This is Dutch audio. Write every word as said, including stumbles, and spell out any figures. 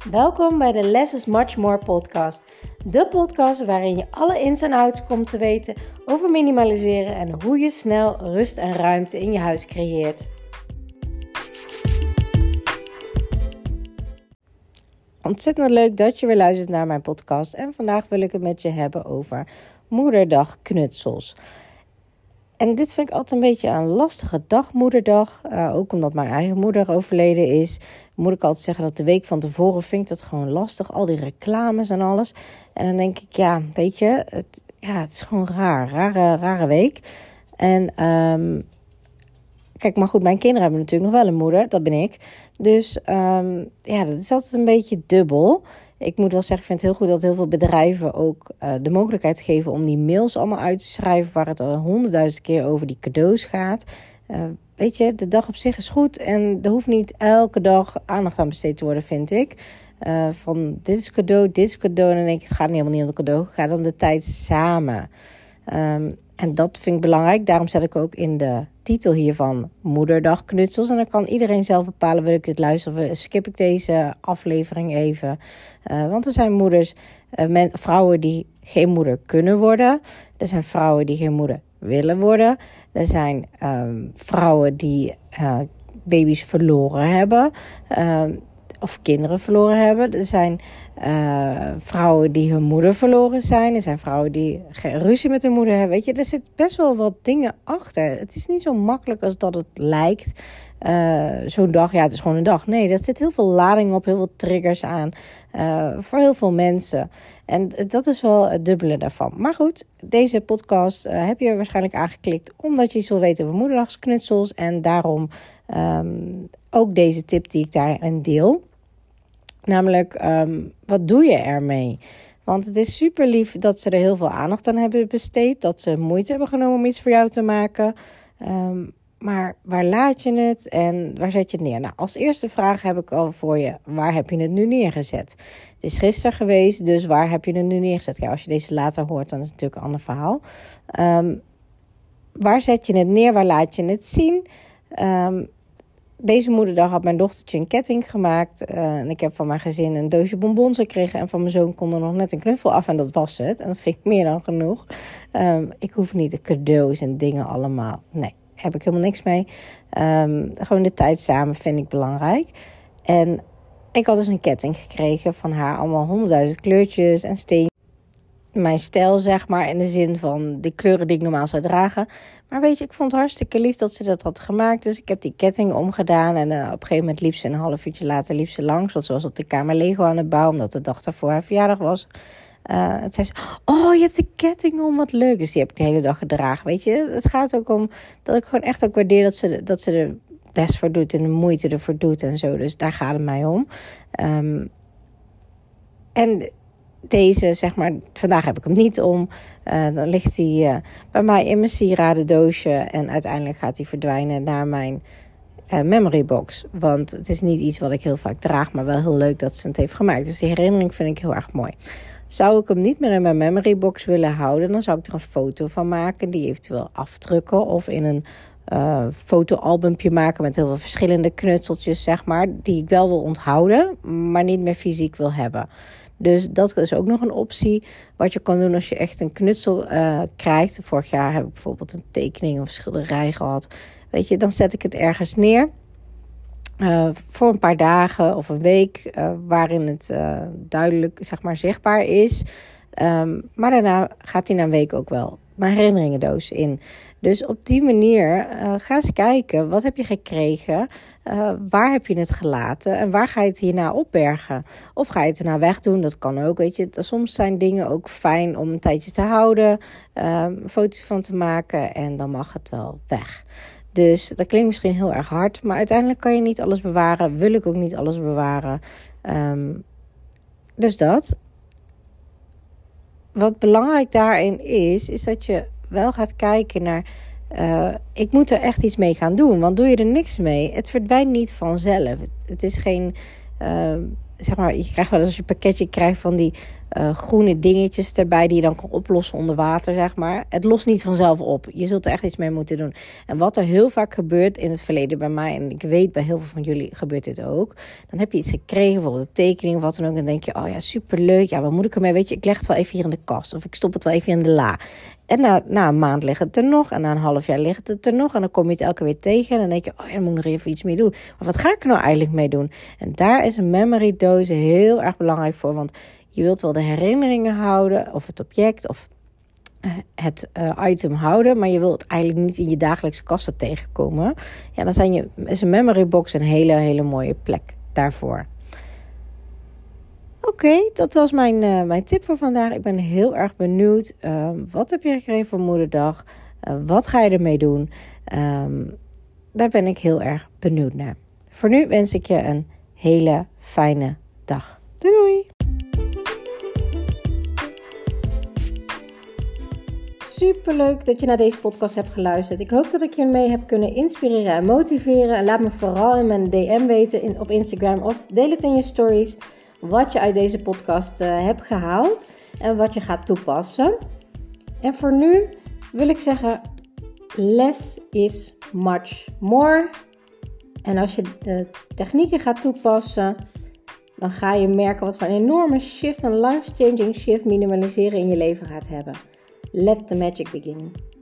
Welkom bij de Less is Much More podcast. De podcast waarin je alle ins en outs komt te weten over minimaliseren en hoe je snel rust en ruimte in je huis creëert. Ontzettend leuk dat je weer luistert naar mijn podcast. En vandaag wil ik het met je hebben over Moederdag knutsels. En dit vind ik altijd een beetje een lastige dag, Moederdag. Uh, ook omdat mijn eigen moeder overleden is. Moet ik altijd zeggen dat de week van tevoren vind ik dat gewoon lastig. Al die reclames en alles. En dan denk ik, ja, weet je, het, ja, het is gewoon raar. Rare, rare week. En um, kijk, maar goed, mijn kinderen hebben natuurlijk nog wel een moeder. Dat ben ik. Dus um, ja, dat is altijd een beetje dubbel. Ik moet wel zeggen, ik vind het heel goed dat heel veel bedrijven ook uh, de mogelijkheid geven om die mails allemaal uit te schrijven waar het al honderdduizend keer over die cadeaus gaat. Uh, weet je, de dag op zich is goed en er hoeft niet elke dag aandacht aan besteed te worden, vind ik. Uh, van dit is cadeau, dit is cadeau. En dan denk ik, het gaat niet helemaal niet om de cadeau, het gaat om de tijd samen. Um, en dat vind ik belangrijk. Daarom zet ik ook in de titel hiervan Moederdag knutsels. En dan kan iedereen zelf bepalen, wil ik dit luisteren of skip ik deze aflevering even. Uh, want er zijn moeders, uh, men, vrouwen die geen moeder kunnen worden. Er zijn vrouwen die geen moeder willen worden. Er zijn um, vrouwen die uh, baby's verloren hebben. Uh, of kinderen verloren hebben. Er zijn uh, vrouwen die hun moeder verloren zijn. Er zijn vrouwen die geen ruzie met hun moeder hebben. Weet je, er zit best wel wat dingen achter. Het is niet zo makkelijk als dat het lijkt. Uh, zo'n dag, ja, het is gewoon een dag. Nee, er zit heel veel lading op, heel veel triggers aan. Uh, voor heel veel mensen. En dat is wel het dubbele daarvan. Maar goed, deze podcast uh, heb je waarschijnlijk aangeklikt omdat je iets wil weten over moederdagsknutsels. En daarom um, ook deze tip die ik daarin deel. Namelijk, um, wat doe je ermee? Want het is super lief dat ze er heel veel aandacht aan hebben besteed. Dat ze moeite hebben genomen om iets voor jou te maken. Um, maar waar laat je het en waar zet je het neer? Nou, als eerste vraag heb ik al voor je, waar heb je het nu neergezet? Het is gisteren geweest, dus waar heb je het nu neergezet? Ja, als je deze later hoort, dan is het natuurlijk een ander verhaal. Um, waar zet je het neer? Waar laat je het zien? Um, Deze moederdag had mijn dochtertje een ketting gemaakt. Uh, en ik heb van mijn gezin een doosje bonbons gekregen. En van mijn zoon kon er nog net een knuffel af. En dat was het. En dat vind ik meer dan genoeg. Um, ik hoef niet de cadeaus en dingen allemaal. Nee, heb ik helemaal niks mee. Um, gewoon de tijd samen vind ik belangrijk. En ik had dus een ketting gekregen van haar. Allemaal honderdduizend kleurtjes en stenen. Mijn stijl, zeg maar, in de zin van de kleuren die ik normaal zou dragen. Maar weet je, ik vond het hartstikke lief dat ze dat had gemaakt. Dus ik heb die ketting omgedaan. En uh, op een gegeven moment liep ze een half uurtje later liep ze langs. Want ze was op de kamer Lego aan het bouwen, omdat de dag daarvoor haar verjaardag was. Uh, en zei ze, oh, je hebt de ketting om, wat leuk. Dus die heb ik de hele dag gedragen, weet je. Het gaat ook om dat ik gewoon echt ook waardeer dat ze, dat ze er best voor doet. En de moeite ervoor doet en zo. Dus daar gaat het mij om. Um, en... Deze, zeg maar, vandaag heb ik hem niet om. Uh, dan ligt hij uh, bij mij in mijn sieradendoosje. En uiteindelijk gaat hij verdwijnen naar mijn uh, memory box. Want het is niet iets wat ik heel vaak draag. Maar wel heel leuk dat ze het heeft gemaakt. Dus die herinnering vind ik heel erg mooi. Zou ik hem niet meer in mijn memory box willen houden, dan zou ik er een foto van maken. Die eventueel afdrukken. Of in een uh, fotoalbumpje maken met heel veel verschillende knutseltjes, zeg maar. Die ik wel wil onthouden, maar niet meer fysiek wil hebben. Dus dat is ook nog een optie wat je kan doen als je echt een knutsel uh, krijgt. Vorig jaar heb ik bijvoorbeeld een tekening of schilderij gehad. Weet je, dan zet ik het ergens neer uh, voor een paar dagen of een week. Uh, waarin het uh, duidelijk, zeg maar, zichtbaar is. Um, maar daarna gaat hij na een week ook wel mijn herinneringendoos in. Dus op die manier uh, ga eens kijken. Wat heb je gekregen? Uh, waar heb je het gelaten? En waar ga je het hierna opbergen? Of ga je het erna wegdoen? Dat kan ook, weet je. Soms zijn dingen ook fijn om een tijdje te houden. Uh, foto's van te maken. En dan mag het wel weg. Dus dat klinkt misschien heel erg hard. Maar uiteindelijk kan je niet alles bewaren. Wil ik ook niet alles bewaren. Um, dus dat. Wat belangrijk daarin is, is dat je wel gaat kijken naar, uh, ik moet er echt iets mee gaan doen. Want doe je er niks mee, het verdwijnt niet vanzelf. Het, het is geen, uh, zeg maar, je krijgt wel eens als je een pakketje krijgt van die uh, groene dingetjes erbij die je dan kan oplossen onder water, zeg maar. Het lost niet vanzelf op. Je zult er echt iets mee moeten doen. En wat er heel vaak gebeurt in het verleden bij mij, en ik weet bij heel veel van jullie gebeurt dit ook. Dan heb je iets gekregen, bijvoorbeeld een tekening of wat dan ook. En dan denk je, oh ja, superleuk. Ja, wat moet ik ermee? Weet je, ik leg het wel even hier in de kast. Of ik stop het wel even in de la. En na, na een maand ligt het er nog. En na een half jaar ligt het er nog. En dan kom je het elke keer weer tegen. En dan denk je, oh ja, dan moet ik nog even iets mee doen. Maar wat ga ik er nou eigenlijk mee doen? En daar is een memory doos heel erg belangrijk voor. Want je wilt wel de herinneringen houden. Of het object. Of het uh, item houden. Maar je wilt het eigenlijk niet in je dagelijkse kasten tegenkomen. Ja, dan zijn je, is een memory box een hele, hele mooie plek daarvoor. Oké, okay, dat was mijn, uh, mijn tip voor vandaag. Ik ben heel erg benieuwd. Uh, wat heb je gekregen voor Moederdag? Uh, wat ga je ermee doen? Um, daar ben ik heel erg benieuwd naar. Voor nu wens ik je een hele fijne dag. Doei doei! Superleuk dat je naar deze podcast hebt geluisterd. Ik hoop dat ik je mee heb kunnen inspireren en motiveren. En laat me vooral in mijn D M weten in, op Instagram of deel het in je stories. Wat je uit deze podcast uh, hebt gehaald en wat je gaat toepassen. En voor nu wil ik zeggen, less is much more. En als je de technieken gaat toepassen, dan ga je merken wat voor een enorme shift, een life-changing shift minimaliseren in je leven gaat hebben. Let the magic begin.